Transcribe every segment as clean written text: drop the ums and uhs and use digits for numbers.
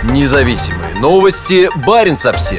Независимые новости. Баренц-Обсервис.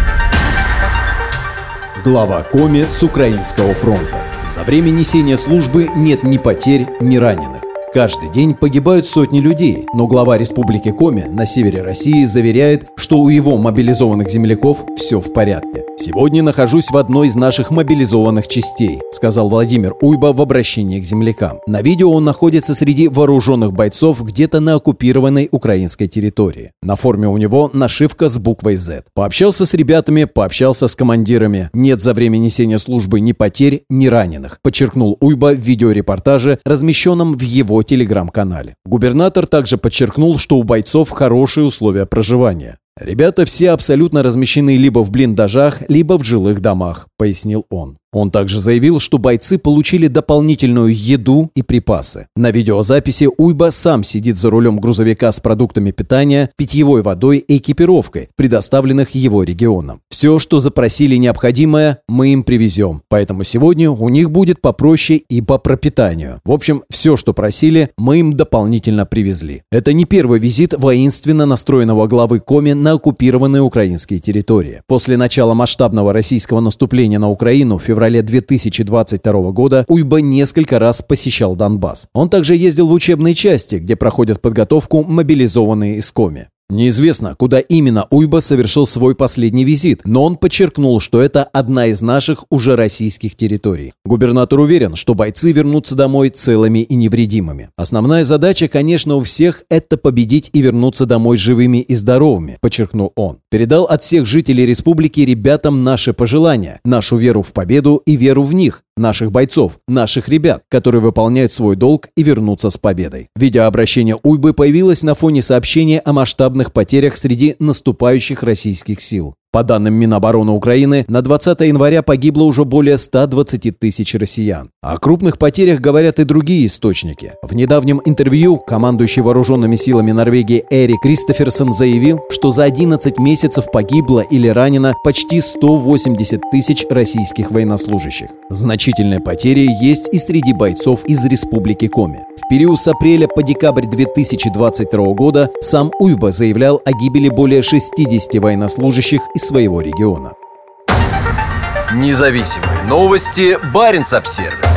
Глава Коми с Украинского фронта. За время несения службы нет ни потерь, ни раненых. Каждый день погибают сотни людей, но глава республики Коми на севере России заверяет, что у его мобилизованных земляков все в порядке. «Сегодня нахожусь в одной из наших мобилизованных частей», сказал Владимир Уйба в обращении к землякам. На видео он находится среди вооруженных бойцов где-то на оккупированной украинской территории. На форме у него нашивка с буквой «Z». Пообщался с ребятами, пообщался с командирами. Нет за время несения службы ни потерь, ни раненых, подчеркнул Уйба в видеорепортаже, размещенном в его телеграм-канале. Губернатор также подчеркнул, что у бойцов хорошие условия проживания. «Ребята все абсолютно размещены либо в блиндажах, либо в жилых домах», — пояснил он. Он также заявил, что бойцы получили дополнительную еду и припасы. На видеозаписи Уйба сам сидит за рулем грузовика с продуктами питания, питьевой водой и экипировкой, предоставленных его регионом. «Все, что запросили необходимое, мы им привезем. Поэтому сегодня у них будет попроще и по пропитанию. В общем, все, что просили, мы им дополнительно привезли». Это не первый визит воинственно настроенного главы Коми на оккупированные украинские территории. После начала масштабного российского наступления на Украину в феврале 2022 года Уйба несколько раз посещал Донбасс. Он также ездил в учебные части, где проходят подготовку мобилизованные из Коми. Неизвестно, куда именно Уйба совершил свой последний визит, но он подчеркнул, что это одна из наших уже российских территорий. Губернатор уверен, что бойцы вернутся домой целыми и невредимыми. Основная задача, конечно, у всех – это победить и вернуться домой живыми и здоровыми, подчеркнул он. Передал от всех жителей республики ребятам наши пожелания, нашу веру в победу и веру в них, наших бойцов, наших ребят, которые выполняют свой долг и вернутся с победой. Видеообращение Уйбы появилось на фоне сообщения о масштабных потерях среди наступающих российских сил. По данным Минобороны Украины, на 20 января погибло уже более 120 тысяч россиян. О крупных потерях говорят и другие источники. В недавнем интервью командующий вооруженными силами Норвегии Эрик Кристоферсон заявил, что за 11 месяцев погибло или ранено почти 180 тысяч российских военнослужащих. Значительные потери есть и среди бойцов из республики Коми. В период с апреля по декабрь 2022 года сам Уйба заявлял о гибели более 60 военнослужащих из своего региона. Независимые новости. Баренц-Обсервис.